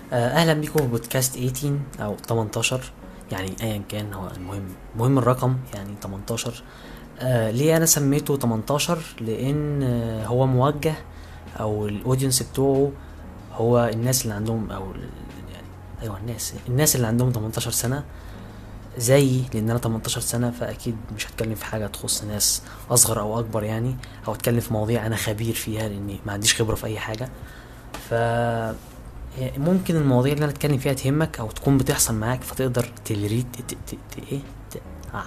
اهلا بيكم في بودكاست 18 او 18. يعني ايا كان، هو المهم الرقم يعني 18. ليه انا سميته 18؟ لان هو موجه، او الاودينس بتوعه هو الناس اللي عندهم يعني ايوه الناس اللي عندهم 18 سنه زيي، لان انا 18 سنه، فاكيد مش هتكلم في حاجه تخص ناس اصغر او اكبر يعني، او اتكلم في مواضيع انا خبير فيها لاني ما عنديش خبره في اي حاجه. ف ممكن المواضيع اللي انا اتكلم فيها تهمك او تكون بتحصل معاك، فتقدر تريليت ايه ت... آه.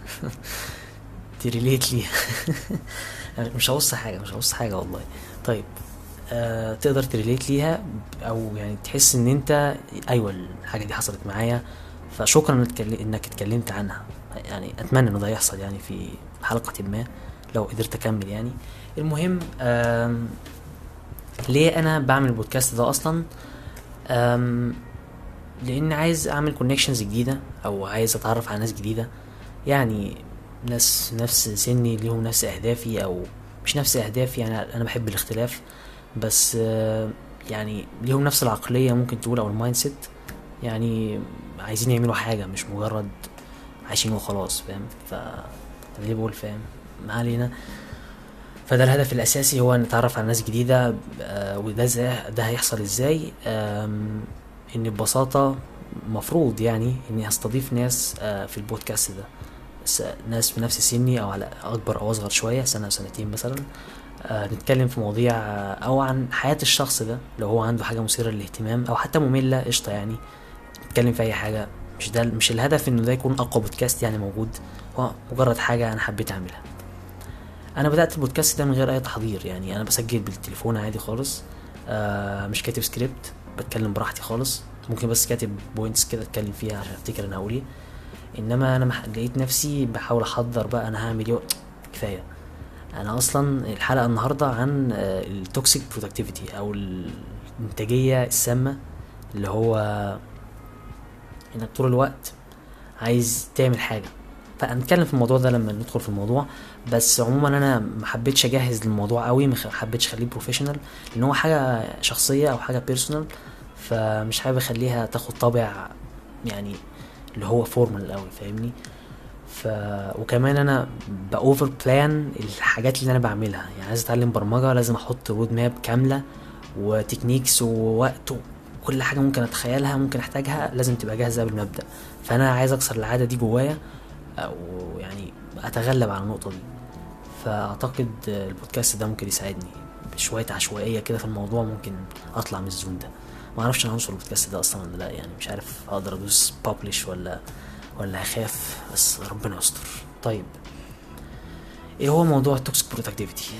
تريليت ليها. مش هقص حاجه والله. طيب، تقدر تريليت ليها، او يعني تحس ان انت ايوه الحاجه دي حصلت معايا، فشكرا انك اتكلمت عنها. يعني اتمنى انه ده يحصل يعني في حلقه ما، لو قدرت اكمل يعني. المهم، ليه انا بعمل البودكاست ده اصلا؟ أم لان عايز اعمل كونكشنز جديده، او عايز اتعرف على ناس جديده، يعني ناس نفس سني ليهم نفس اهدافي، او مش نفس اهدافي، يعني انا بحب الاختلاف، بس يعني ليهم نفس العقليه ممكن تقول، او المايند سيت، يعني عايزين يعملوا حاجه، مش مجرد عايشين وخلاص، فاهم؟ أنا ليه بقول فاهم؟ ما علينا. فده الهدف الاساسي، هو ان نتعرف على ناس جديده. وده ده هيحصل ازاي؟ ان ببساطه مفروض يعني اني هستضيف ناس في البودكاست ده، ناس في نفس سني، او على اكبر او اصغر شويه، سنه او سنتين مثلا. نتكلم في مواضيع او عن حياه الشخص ده، لو هو عنده حاجه مثيره للاهتمام او حتى ممله، قشطه يعني. نتكلم في اي حاجه. مش الهدف انه ده يكون اقوى بودكاست يعني موجود، هو مجرد حاجه انا حبيت اعملها. انا بدات البودكاست ده من غير اي تحضير، يعني انا بسجل بالتليفون عادي خالص. مش كاتب سكريبت، بتكلم براحتي خالص، ممكن بس كاتب بوينتس كده اتكلم فيها عشان افتكر انا هقول ايه. انما انا لقيت نفسي بحاول احضر بقى انا هعمل ايه. كفايه. انا اصلا الحلقه النهارده عن التوكسيك برودكتيفيتي، او الانتاجيه السامه، اللي هو انك طول الوقت عايز تعمل حاجه. فهنتكلم في الموضوع ده لما ندخل في الموضوع. بس عموما انا ما حبيتش اجهز للموضوع قوي، ما حبيتش اخليه بروفيشنال، لان هو حاجه شخصيه او حاجه بيرسونال، فمش حابب اخليها تاخد طابع يعني اللي هو فورمال قوي، فاهمني؟ ف وكمان انا باوفر بلان الحاجات اللي انا بعملها، يعني عايز اتعلم برمجه، لازم احط رود ماب كامله وتكنيكس ووقت، كل حاجه ممكن اتخيلها ممكن احتاجها لازم تبقى جاهزه قبل ما ابدا. فانا عايز اكسر العاده دي جوايا، او يعني اتغلب على النقطه دي. فاعتقد البودكاست ده ممكن يساعدني بشويه عشوائيه كده في الموضوع، ممكن اطلع من الزون ده. ما اعرفش انا هوصل البودكاست ده اصلا ولا لا، يعني مش عارف اقدر ادوس بابليش ولا هخاف، بس ربنا يستر. طيب، ايه هو موضوع التوكسيك برودكتيفيتي؟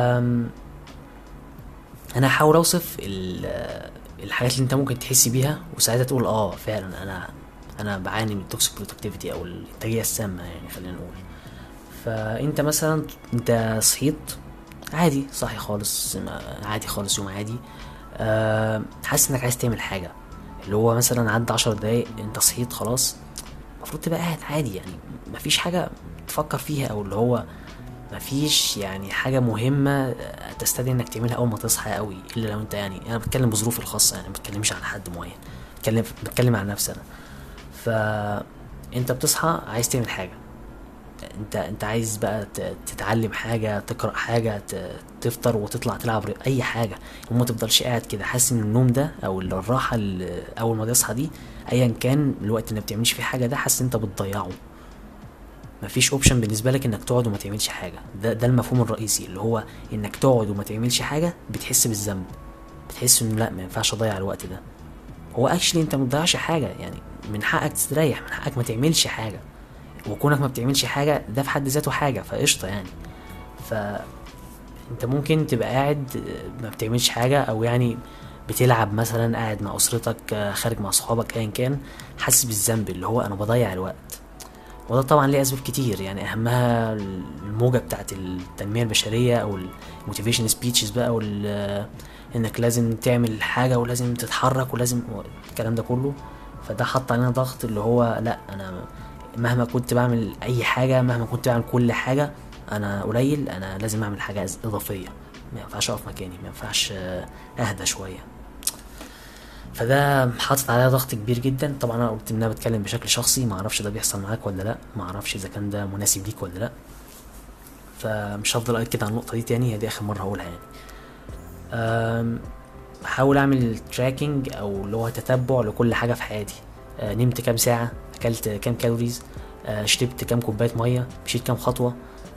انا هحاول اوصف الحاجات اللي انت ممكن تحس بيها، وساعتها تقول فعلا انا بعاني من التوكسيك برودكتيفيتي، او الانتاجيه السامه يعني، خلينا نقول. فانت مثلا انت صحيت عادي، صاحي خالص، عادي خالص، يوم عادي. حاسس انك عايز تعمل حاجه، اللي هو مثلا عدى 10 دقايق انت صحيت خلاص، المفروض تبقى قاعد عادي يعني، مفيش حاجه تفكر فيها، او اللي هو مفيش يعني حاجة مهمة تستدعي انك تعملها اول ما تصحى قوي، الا لو انت، يعني انا بتكلم بظروفي الخاصة، يعني ما بتكلمش عن حد معين، بتكلم عن نفسي انا. فانت بتصحى عايز تعمل حاجة، انت عايز بقى تتعلم حاجة، تقرأ حاجة، تفطر وتطلع تلعب اي حاجة. وما تفضلش قاعد كده حاسس ان النوم ده، او الراحة اللي اول ما تصحى دي، ايا كان الوقت اللي ما بتعملش فيه حاجة ده، حاسس انت بتضيعه. مفيش اوبشن بالنسبه لك انك تقعد وما تعملش حاجه. ده المفهوم الرئيسي، اللي هو انك تقعد وما تعملش حاجه بتحس بالذنب، بتحس انه لا، ما ينفعش اضيع الوقت ده. هو اكشلي انت ما تضيعش حاجه يعني، من حقك تستريح، من حقك ما تعملش حاجه، وكونك ما بتعملش حاجه ده في حد ذاته حاجه، فقشطه يعني. فانت ممكن تبقى قاعد ما بتعملش حاجه، او يعني بتلعب مثلا، قاعد مع اسرتك، خارج مع صحابك، ايا كان، حاسس بالذنب اللي هو انا بضيع الوقت. وده طبعا ليه اسباب كتير، يعني اهمها الموجة بتاعت التنمية البشرية، او الموتيفيشن سبيتشز بقى، انك لازم تعمل حاجة، ولازم تتحرك، ولازم الكلام ده كله. فده حط علينا ضغط، اللي هو لا، انا مهما كنت بعمل اي حاجة، مهما كنت بعمل كل حاجة، انا قليل، انا لازم اعمل حاجة اضافية. ما ينفعش اقف مكاني، ما ينفعش اهدى شوية. فده حاطط عليا ضغط كبير جدا. طبعا انا قلت ان انا بتكلم بشكل شخصي، ما اعرفش ده بيحصل معاك ولا لا، ما اعرفش اذا كان ده مناسب ليك ولا لا، فمش هفضل اكد على النقطه دي تاني، هي دي اخر مره هقولها يعني. بحاول اعمل تراكنج او اللي هو تتبع لكل حاجه في حياتي. نمت كام ساعه، اكلت كام كالوريز، شربت كام كوبايه ميه، مشيت كام خطوه،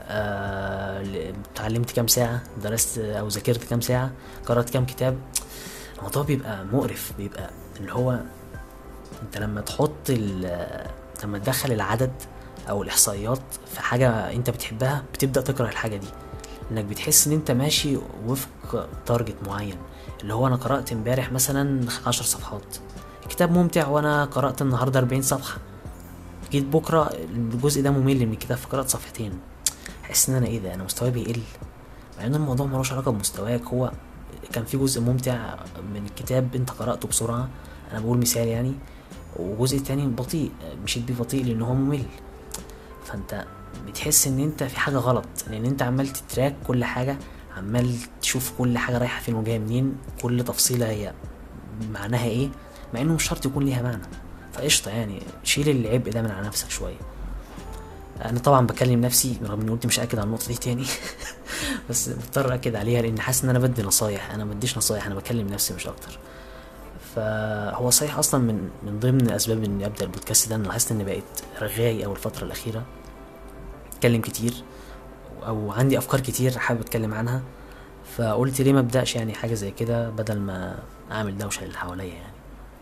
اتعلمت كام ساعه، درست او ذاكرت كام ساعه، قرأت كام كتاب. الموضوع بيبقى مقرف، بيبقى اللي هو انت لما تدخل العدد او الاحصائيات في حاجه انت بتحبها، بتبدا تكره الحاجه دي، انك بتحس ان انت ماشي وفق تارجت معين. اللي هو انا قرأت امبارح مثلا 10 صفحات، كتاب ممتع، وانا قرأت النهارده 40 صفحه، جيت بكره الجزء ده ممل من الكتاب فقرأت صفحتين، احس ان انا ايه ده، انا مستواي بيقل، مع ان الموضوع ملوش علاقه بمستواك. هو كان في جزء ممتع من الكتاب انت قرأته بسرعه، انا بقول مثال يعني، وجزء تاني بطيء مشيت بيه بطيء لان هو ممل. فانت بتحس ان انت في حاجه غلط، لان انت عمال تتراك كل حاجه، عمال تشوف كل حاجه رايحه فين وجايه منين، كل تفصيله هي معناها ايه، مع انه مش شرط يكون ليها معنى. فقشطه يعني، شيل العبء ده من على نفسك شويه. انا طبعا بكلم نفسي رغم اني قلت مش هاكد على النقطه دي تاني بس مضطر اكد عليها لان حاسس ان انا بدي نصايح، انا ما بديش نصايح، انا بكلم نفسي مش اكتر. فهو صحيح اصلا من ضمن اسباب اني ابدا البودكاست ده، انا لاحظت اني بقيت رغاي او الفتره الاخيره، اتكلم كتير او عندي افكار كتير حابب اتكلم عنها، فقلت ليه ما ابداش يعني حاجه زي كده بدل ما اعمل دوشه اللي حواليا يعني.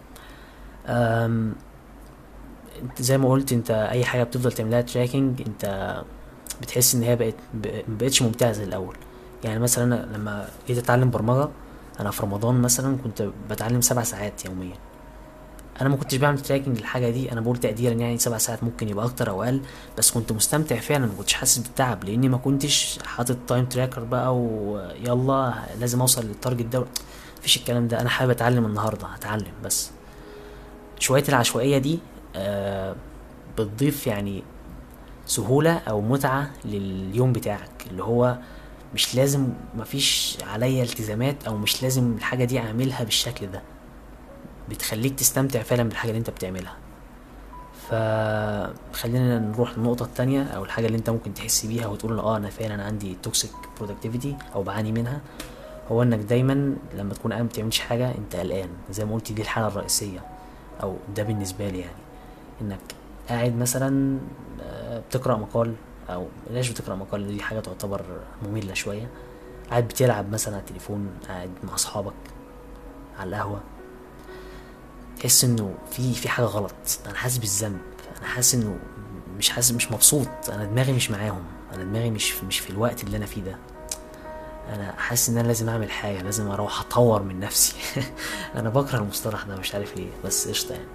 انت زي ما قلت، انت اي حاجه بتفضل تعملها تراكنج انت بتحس ان هي مبقتش ممتعه زي الاول. يعني مثلا انا لما جيت اتعلم برمجه، انا في رمضان مثلا كنت بتعلم 7 ساعات يوميا، انا ما كنتش بعمل تراكنج للحاجه دي، انا بقول تقديرا يعني 7 ساعات، ممكن يبقى اكتر او اقل، بس كنت مستمتع فعلا، ما كنتش حاسس بالتعب لاني ما كنتش حاطط تايم تراكر بقى ويلا لازم اوصل للتارجت ده، مفيش الكلام ده. انا حابب اتعلم النهارده هتعلم بس. شويه العشوائيه دي بتضيف يعني سهولة او متعة لليوم بتاعك، اللي هو مش لازم، مفيش عليا التزامات او مش لازم الحاجة دي اعملها بالشكل ده، بتخليك تستمتع فعلا بالحاجة اللي انت بتعملها. فخلينا نروح للنقطة التانية او الحاجة اللي انت ممكن تحس بيها وتقول انا فعلا عندي توكسيك برودكتيفيتي او بعاني منها. هو انك دايما لما تكون قاعد متعملش حاجة انت قلقان، زي ما قلت دي الحالة الرئيسية، او ده بالنسبة لي يعني، انك قاعد مثلا بتقرأ مقال، او بلاش بتقرأ مقال دي حاجة تعتبر مملة شوية، قاعد بتلعب مثلا على التليفون، قاعد مع اصحابك على القهوة، تحس انه في حاجة غلط، انا حاسس بالذنب، انا حاسس انه مش مبسوط، انا دماغي مش معاهم، انا دماغي مش في الوقت اللي انا فيه ده، انا حاسس ان انا لازم اعمل حاجة، لازم اروح اطور من نفسي انا بكره المصطلح ده مش عارف ليه، بس قشطة يعني.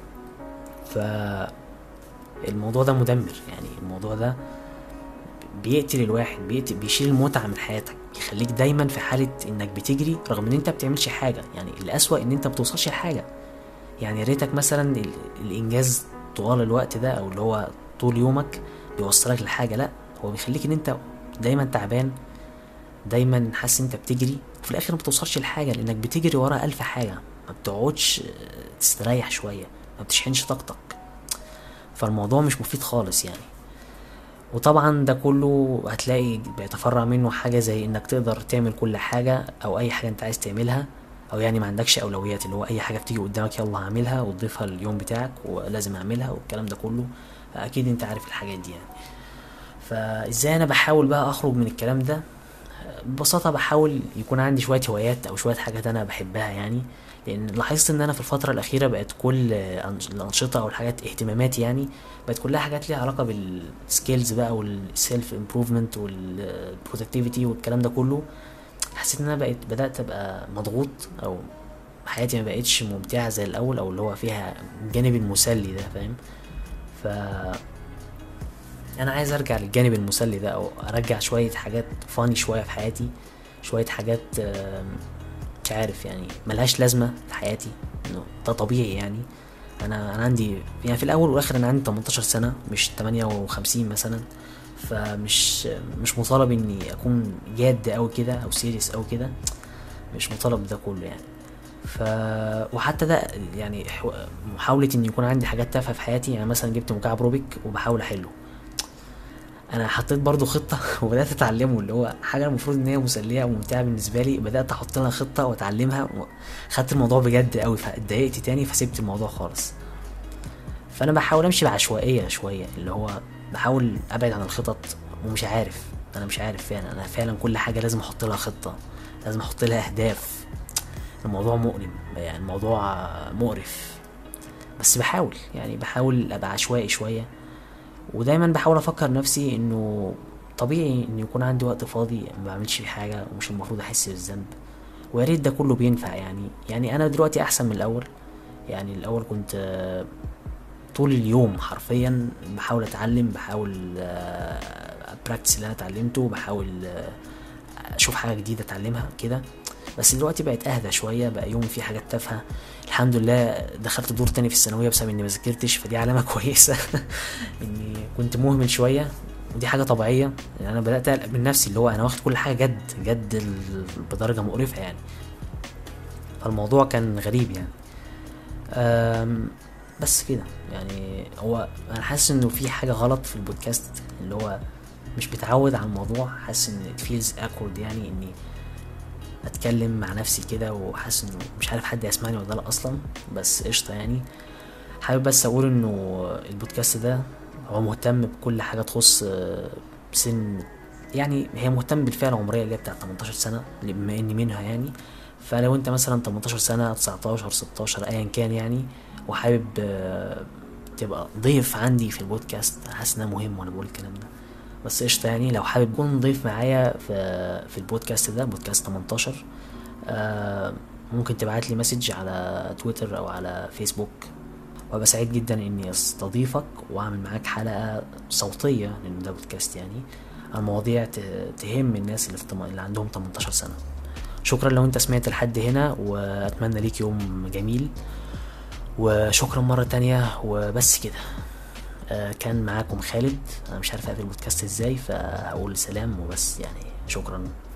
فالموضوع ده مدمر يعني، الموضوع ده بيقتل الواحد، بيشيل المتعة من حياتك، يخليك دايما في حالة انك بتجري رغم ان انت بتعملش حاجة. يعني الاسوأ ان انت بتوصلش لحاجة، يعني ريتك مثلا الانجاز طوال الوقت ده او اللي هو طول يومك بيوصلك لحاجة، لا هو بيخليك ان انت دايما تعبان، دايما حاسس انت بتجري وفي الاخر ما بتوصلش لحاجة، لانك بتجري ورا 1000 حاجة، ما بتقعدش تستريح شوية، ما بتشحنش طاقتك، فالموضوع مش مفيد خالص يعني. وطبعا ده كله هتلاقي بيتفرع منه حاجة زي انك تقدر تعمل كل حاجة او اي حاجة انت عايز تعملها، او يعني ما عندكش اولويات، اللي هو اي حاجة بتيجي قدامك يلا هعملها وتضيفها اليوم بتاعك ولازم اعملها والكلام ده كله، اكيد انت عارف الحاجات دي يعني. فازاي انا بحاول بقى اخرج من الكلام ده؟ ببساطة بحاول يكون عندي شوية هوايات او شوية حاجات انا بحبها يعني، لان لاحظت ان انا في الفترة الاخيرة بقت كل الانشطة او الحاجات اهتماماتي يعني بقت كلها حاجات ليها علاقة بالسكيلز بقى والسيلف امبروفمنت والبرودكتيفيتي والكلام ده كله. حسيت ان انا بدأت ابقى مضغوط، او حياتي ما بقتش ممتعة زي الاول، او اللي هو فيها الجانب المسلي ده، فاهم؟ ف انا عايز ارجع للجانب المسلي ده، او ارجع شوية حاجات فاني شوية في حياتي، شوية حاجات مش عارف يعني ملهاش لازمة في حياتي، انه ده طبيعي يعني. انا عندي يعني في الاول والاخر انا عندي 18 سنة مش 58 مثلا، فمش مطالب اني اكون جاد اوي كده او سيريس اوي كده، مش مطالب ده كله يعني. ف وحتى ده يعني محاولة ان يكون عندي حاجات تافهة في حياتي، يعني مثلا جبت مكعب روبيك وبحاول احله، انا حطيت برضو خطة وبدأت اتعلمه، اللي هو حاجة المفروض ان هي مسلية وممتعة بالنسبة لي، بدأت احط لها خطة واتعلمها خدت الموضوع بجد قوي، فاتضايقت تاني فسيبت الموضوع خالص. فانا بحاول امشي بعشوائية شوية، اللي هو بحاول ابعد عن الخطط، ومش عارف، انا مش عارف فعلا، انا فعلا كل حاجة لازم احط لها خطة، لازم احط لها اهداف. الموضوع مؤلم، يعني الموضوع مقرف، بس بحاول، يعني بحاول ابقى عشوائي شوية، ودايما بحاول افكر نفسي انه طبيعي ان يكون عندي وقت فاضي ما بعملش فيه حاجة، ومش المفروض احس بالذنب، ويا ريت ده كله بينفع. يعني انا دلوقتي احسن من الاول، يعني الاول كنت طول اليوم حرفيا بحاول اتعلم، بحاول براكتس اللي انا اتعلمته، بحاول اشوف حاجه جديده اتعلمها كده. بس دلوقتي بقت اهدى شويه، بقى يومي فيه حاجات تافهه. الحمد لله دخلت دور تاني في الثانويه بسبب اني ما ذاكرتش، فدي علامه كويسه. اني كنت مهمل شويه، ودي حاجه طبيعيه، يعني انا بدات اقلق من نفسي، اللي هو انا واخد كل حاجه جد جد بدرجه مقرفه يعني. فالموضوع كان غريب يعني. بس كده يعني، هو انا حاسس انه في حاجه غلط في البودكاست، اللي هو مش متعود على الموضوع، حاسس ان it feels awkward، يعني اني اتكلم مع نفسي كده، وحاسس انه مش عارف حد يسمعني ولا لا اصلا، بس قشطه يعني. حابب بس اقول انه البودكاست ده هو مهتم بكل حاجه تخص سن، يعني هي مهتم بالفئه العمريه اللي هي بتاعت 18 سنه، اللي بما اني منها يعني. فلو انت مثلا 18 سنه، 19، 16، ايا كان يعني، وحابب تبقى ضيف عندي في البودكاست، حاسس انها مهم وانا بقول الكلام ده. بس قشطه يعني، لو حابب تكون ضيف معايا في البودكاست ده، بودكاست 18، ممكن تبعت لي مسج على تويتر او على فيسبوك، وابقى سعيد جدا اني استضيفك واعمل معاك حلقه صوتيه، لان ده بودكاست يعني، عن مواضيع تهم الناس اللي عندهم 18 سنه. شكرا لو انت سمعت لحد هنا، واتمنى ليك يوم جميل، وشكرا مرة تانية، وبس كده. كان معاكم خالد، انا مش عارف اقفل البودكاست ازاي، فهقول سلام وبس يعني. شكرا.